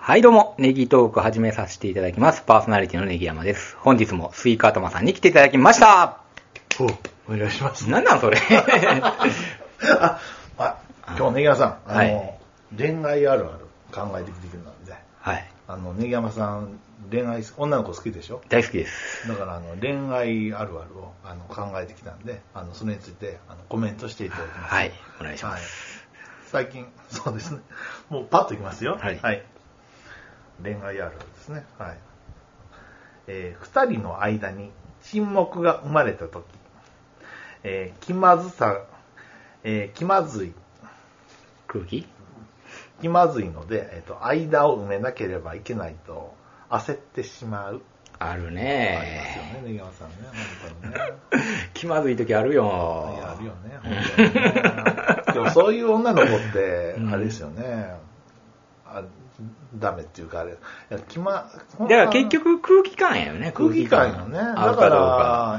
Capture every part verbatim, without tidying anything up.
はいどうも、ネギトーク始めさせていただきます。パーソナリティのネギ山です。本日もスイカ頭さんに来ていただきました。 お、お願いします。 なんなんそれあ、あ、今日ネギ山さん、あの、はい、恋愛あるある考えてきてくれたんで、はい。あの、ネギ山さん、恋愛、女の子好きでしょ？ 大好きです。 だから、あの、恋愛あるあるをあの考えてきたんで、あの、それについてあのコメントしていただきます。 はい、お願いします。 はい、最近、そうですね。もうパッといきますよ。 はい。 はい、恋愛あるあるですね。はい。えー、二人の間に沈黙が生まれたとき、えー、気まずさ、えー、気まずい。 空気気まずいので、えーと、間を埋めなければいけないと焦ってしまう。 あるね。 ありますよね、ネギ山さんね。本当にね。 気まずい時あるよ。 いや、あるよね。本当にね。でもそういう女の子って、あれですよね。うん、あダメっていうかあれ。いや気ま、 だから結局空気感やよね。 空気感よね。だから、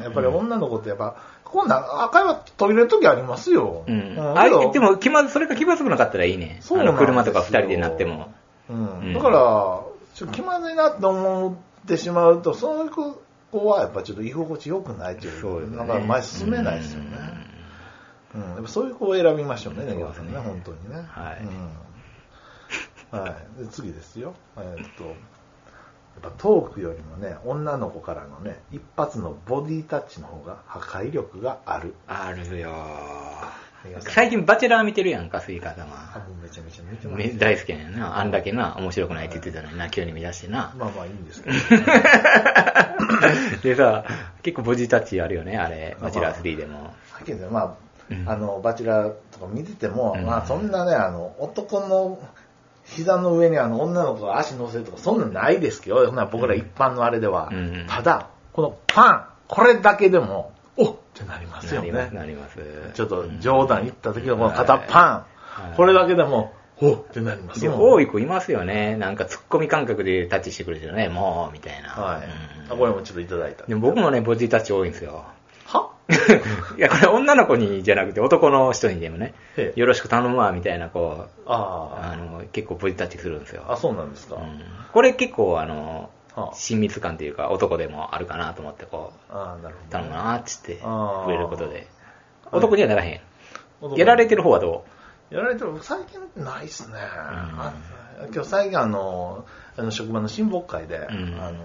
やっぱり女の子ってやっぱ、こんな赤いは途切れる時ありますよ。 うん。うん、あでも気まず、それが気まずくなかったらいいね。そうなんですよ。車とか二人でなっても。 うん。だから、ちょっと気まずいなって思ってしまうと、そういう子はやっぱちょっと居心地良くないというか、そうですね、だから前進めないですよね。うん。やっぱそういう子を選びましょうね、ネギさんね、本当にね。 はい。 うん、はい。で次ですよ。えー、っと、やっぱトークよりもね、女の子からのね、一発のボディタッチの方が破壊力がある。 あるよ。最近バチェラー見てるやんか、スイカ様。 あ、もうめちゃめちゃ見てます、ね。 大好きやんな。あんだけな、面白くないって言ってたのにな、急に見出してな。 まあまあいいんですけど、ね。 でさ、結構ボディタッチあるよね、あれ、バチェラースリーでも。 はっきり言って、まあ、うん、あの、バチェラーとか見てても、うん、まあそんなね、あの、男の、膝の上にあの女の子が足乗せるとかそんなんないですけど、そんな僕ら一般のあれでは、うん、ただこのパンこれだけでもおっってなりますよね。 なりますなります。 ちょっと冗談言った時のこの片パン、はい、これだけでもおっってなりますよ。 多い子いますよね。なんかツッコミ感覚でタッチしてくる人ね、もうみたいな。 はい。うん、これもちょっといただいた。 でも僕もねボディタッチ多いんですよ。 はいやこれ女の子にじゃなくて男の人にでもね、よろしく頼むわみたいなこう、ああの結構ボディタッチするんですよ。 あ、そうなんですか。うん、 これ結構あの、はあ、親密感というか男でもあるかなと思ってこう、 あ、なるほどね、 頼むなーっつって触れることで、男にはならへん。やられてる方はどう？やられてる最近ないっすね。うん、今日最近あのあの職場の親睦会で、うん、あのあの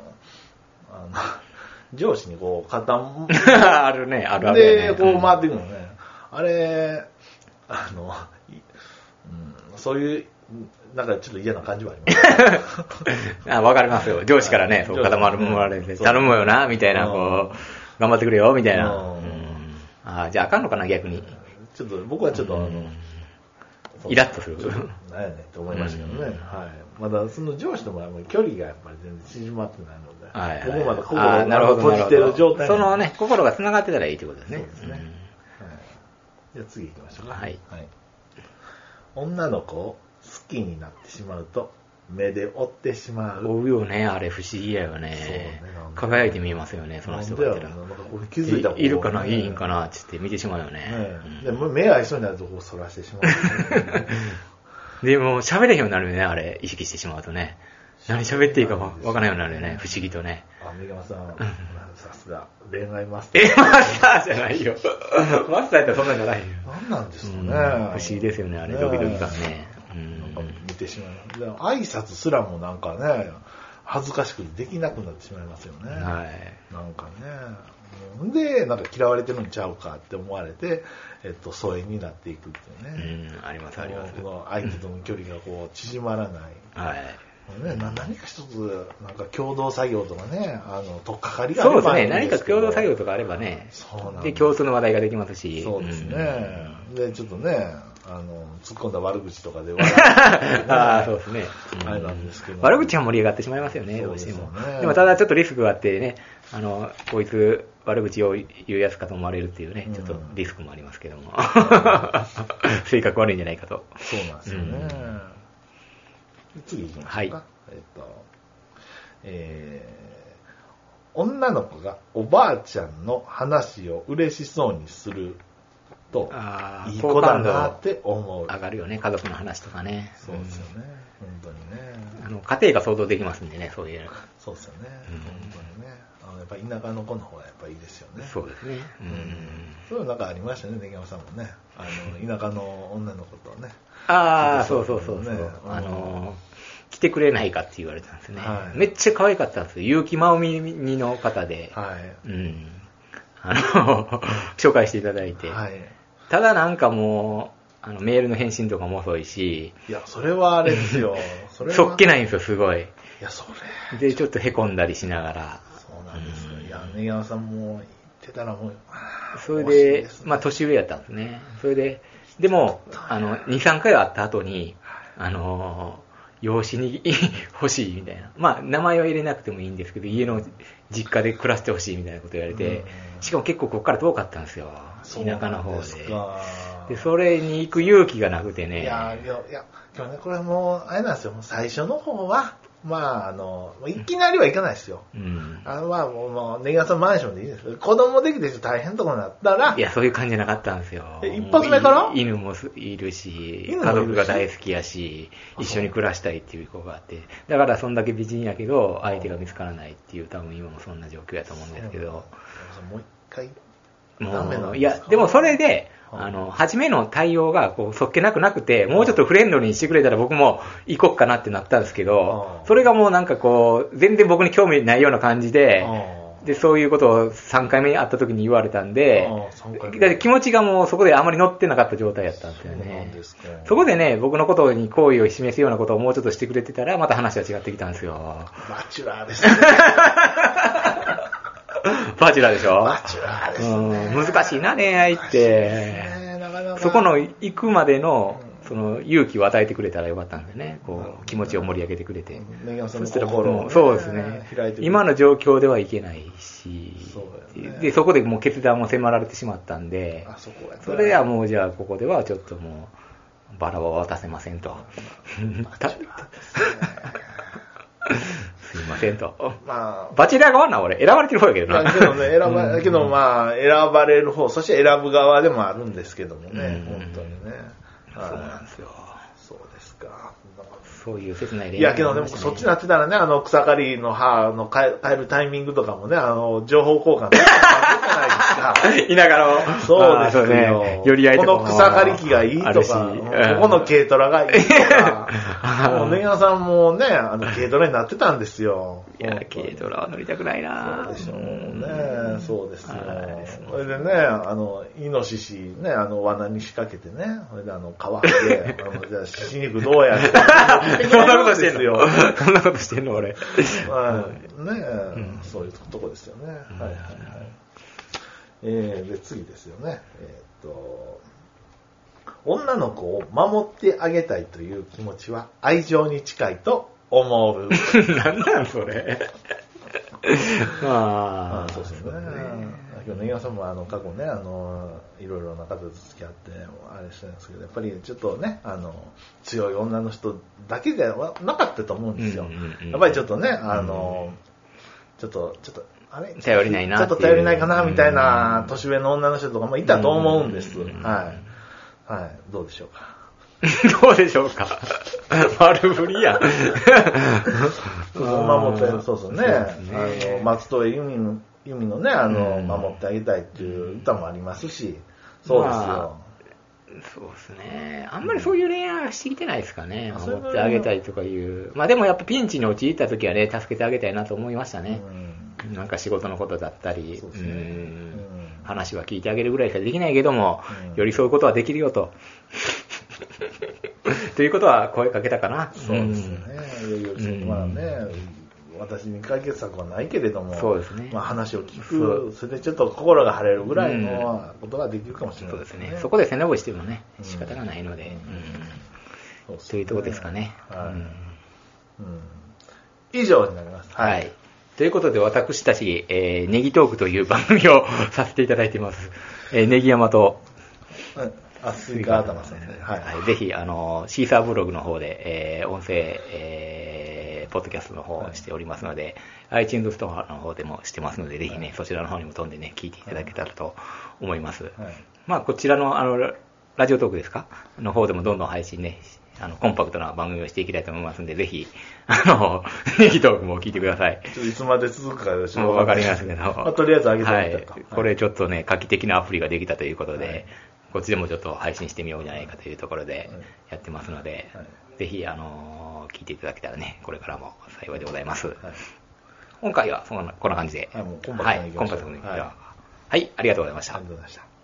上司にこう肩あるね、あるある、 ね、でこう回っていくのね、うん、あれあの、うん、そういうなんかちょっと嫌な感じはありますあ、わかりますよ。上司からね、そう肩回られて頼むよなみたいな、こう頑張ってくれよみたいな、うん、あ、じゃああかんのかな逆に。 ちょっと僕はちょっとあの、うん、 イラッとする。 なんやねんって思いましたけどね。うん、はい。まだその上司とも距離がやっぱり全然縮まってないので、はいはい、僕まだ心が閉じてる状態。 そのね、心が繋がってたらいいってことですね。 そうですね。うん、はい、じゃあ次行きましょうか。 はい。 はい、女の子を好きになってしまうと、目で追ってしまう。 追うよね、あれ不思議やよね。そうね、輝いて見えますよね、その人がいたら。 気づいたもん、ね、 いるかな、いいんかなってって見てしまうよね。 ね、うん、で目合いそうになるとこうそらしてしまう。でも喋れへんようになるよね、あれ意識してしまうとね。何喋っていいかわからないようになるよね、不思議とね。 あ、三山さん、さすが恋愛マスター。 え、マスターじゃないよ。マスターやったらそんなんじゃないよ。 何なんですかね、うん。 不思議ですよね、あれドキドキ感ね。 うん、なんか見てしまう。挨拶すらもなんかね、恥ずかしくてできなくなってしまいますよね。はい。なんかね。で、なんか嫌われてるんちゃうかって思われて、えっと、疎遠になっていくっていうね。うん、ありますあります。 この相手との距離がこう縮まらない。 はい。 ね、何か一つなんか共同作業とかね、あの取っかかりがあればそうですね、何か共同作業とかあればね、 そうなんで共通の話題ができますし、 そうですね、うん、でちょっとね、あの突っ込んだ悪口とかで笑って、ね、ああそうですね、 うん、あれなんですけど、 悪口は盛り上がってしまいますよね、どうしても。でもただちょっとリスクがあってね、あのこいつ悪口を言うやつかと思われるっていうね、ちょっとリスクもありますけども、性格悪いんじゃないかと。 そうなんですよね。うん、次行きましょうか。はい、えっと、えー、女の子がおばあちゃんの話を嬉しそうにすると、いい子だなって思う。 上がるよね、家族の話とかね。 そうですよね、うん、本当にね。 あの家庭が想像できますんでね、そういう。 そうですよね。うん、本当にね。あのやっぱり田舎の子の方がやっぱいいですよね。 そうですね。うん。 そういうのなんかありましたね、根山さんもね。あの、田舎の女の子とね。 ああ、そうそうそうそう。あのー、来てくれないかって言われたんですね。はい、めっちゃ可愛かったんですよ。結城真海の方で。はい。うん。あの、紹介していただいて。はい。ただなんかもう、あのメールの返信とかも遅いし。 いや、それはあれですよ。 それはそっけないんですよ、すごい。いや、それ。 で、ちょっと凹んだりしながら。 そうなんですよ。うん、いや、根山さんも言ってたらもう、 それで、ね、まあ年上やったんですね。それで、でも、あの、に、さんかい会った後に、あの、養子に欲しいみたいな。まあ、名前は入れなくてもいいんですけど、家の実家で暮らしてほしいみたいなこと言われて、しかも結構ここから遠かったんですよ。田舎の方で。で、それに行く勇気がなくてね。 いや、いや、いや、今日ね、これもう、あれなんですよ。最初の方は、まあ、あの、いきなりはいかないですよ。うん。あの、まあ、もう、もう、根山さんマンションでいいです。子供できて大変とこになったら。 いや、そういう感じじゃなかったんですよ。 一発目から犬もいるし、家族が大好きやし、一緒に暮らしたいっていう子があって。だから、そんだけ美人やけど、相手が見つからないっていう、多分今もそんな状況やと思うんですけど。 もう一回。 もう、いや、でもそれで、あの、初めの対応が、こう、そっけなくなくて、もうちょっとフレンドリーにしてくれたら僕も行こっかなってなったんですけど、それがもうなんかこう、全然僕に興味ないような感じで、で、そういうことをさんかいめに会った時に言われたんで、だって気持ちがもうそこであまり乗ってなかった状態やったんですよね。そこでね、僕のことに好意を示すようなことをもうちょっとしてくれてたら、また話は違ってきたんですよ。 バチュラーですね。 バチュラーでしょ？ バチュラーですね。 うん、難しいな、恋愛って。そこの行くまでの、その勇気を与えてくれたらよかったんでね、こう気持ちを盛り上げてくれて。 そしたら僕もそうですね。今の状況ではいけないし、でそこでもう決断も迫られてしまったんで、それはもうじゃあここではちょっともうバラは渡せませんと。すいませんと。まあ、バチェラー側な俺、選ばれてる方やけどな。 けどね、選ば、うん、けどまあ、選ばれる方、そして選ぶ側でもあるんですけどもね、うん、本当にね。 そうなんですよ。 そうですか。 そういう切ない恋愛、ね。いや、けどでもそっちになってたらね、あの、草刈りの歯の変えるタイミングとかもね、あの、情報交換とかじゃないですか。 田舎の。 そうですよ。 ね、寄り合いとかこの草刈り機がいいとか、ここの軽トラがいいとか。もう、根山さんもね、あの、軽トラになってたんですよ。 いや、軽トラは乗りたくないなそうでしょうね。そうですよ。それでね、あの、イノシシね、あの、罠に仕掛けてね、それであの、川で、あの、じゃあ、死肉どうやって。 そんなことしてんのそんなことしてんの俺。 はい。ねえ、うん、そういうとこですよね。はいはいはい。えー、で、次ですよね。えー、っと、女の子を守ってあげたいという気持ちは愛情に近いと思う。 なんなんそれ。 まあ、そうですね。今日根山さんもあの過去ね、あのいろいろな方と付き合ってあれしてるんですけど、やっぱりちょっとね、あの強い女の人だけではなかったと思うんですよ。やっぱりちょっとね、あのちょっとちょっとあれ頼りないなちょっと頼りないかなみたいな年上の女の人とかもいたと思うんです。はいはい、どうでしょうか。 どうでしょうか。丸振りや。 守ってそうそうね。あの松任谷由実の由実のね、あの、うん、守ってあげたいっていう歌もありますし、そうですよ。まあ、 そうですね。あんまりそういう恋愛はしてきてないですかね。うん、守ってあげたいとかいう。まあでもやっぱピンチに陥った時はね、助けてあげたいなと思いましたね。うん、なんか仕事のことだったり、そうですね、うん、話は聞いてあげるぐらいしかできないけども、うん、寄り添うことはできるよと。ということは声かけたかな。 そうですね。うん、まあね、私に解決策はないけれども、 そうですね。 まあ話を聞く、それでちょっと心が晴れるぐらいのことができるかもしれないですね。そうですね。そこで背伸びしてもね、仕方がないので、うんうん、というところですかね。はい。うんうん、 以上になります。 はい。はい、ということで私たち、えー、ネギトークという番組をさせていただいています。えー、ネギ山と、 うんあ、スイカ頭さんね。 はい。はい、ぜひ、あの、シーサーブログの方で、えー、音声、えー、ポッドキャストの方をしておりますので、はい、iTunes ストアの方でもしてますので、ぜひね、はい、そちらの方にも飛んでね、聞いていただけたらと思います。はい、まあ、こちらの、あの、ラジオトークですかの方でもどんどん配信ね、 あの、コンパクトな番組をしていきたいと思いますんで、ぜひ、あの、ネギトークも聞いてください。 ちょっといつまで続くかでしょう。 わかりますけど。 まあ、とりあえず上げてみたか、 はい。これちょっとね、画期的なアプリができたということで、はい、こっちでもちょっと配信してみようじゃないかというところでやってますので、はい、ぜひ、あの、聞いていただけたらね、これからも幸いでございます。はい、今回はそんな、こんな感じで。 はい、もうコンパクトにいきましょう。 はい、コンパクトに。はい、はい、ありがとうございました。 ありがとうございました。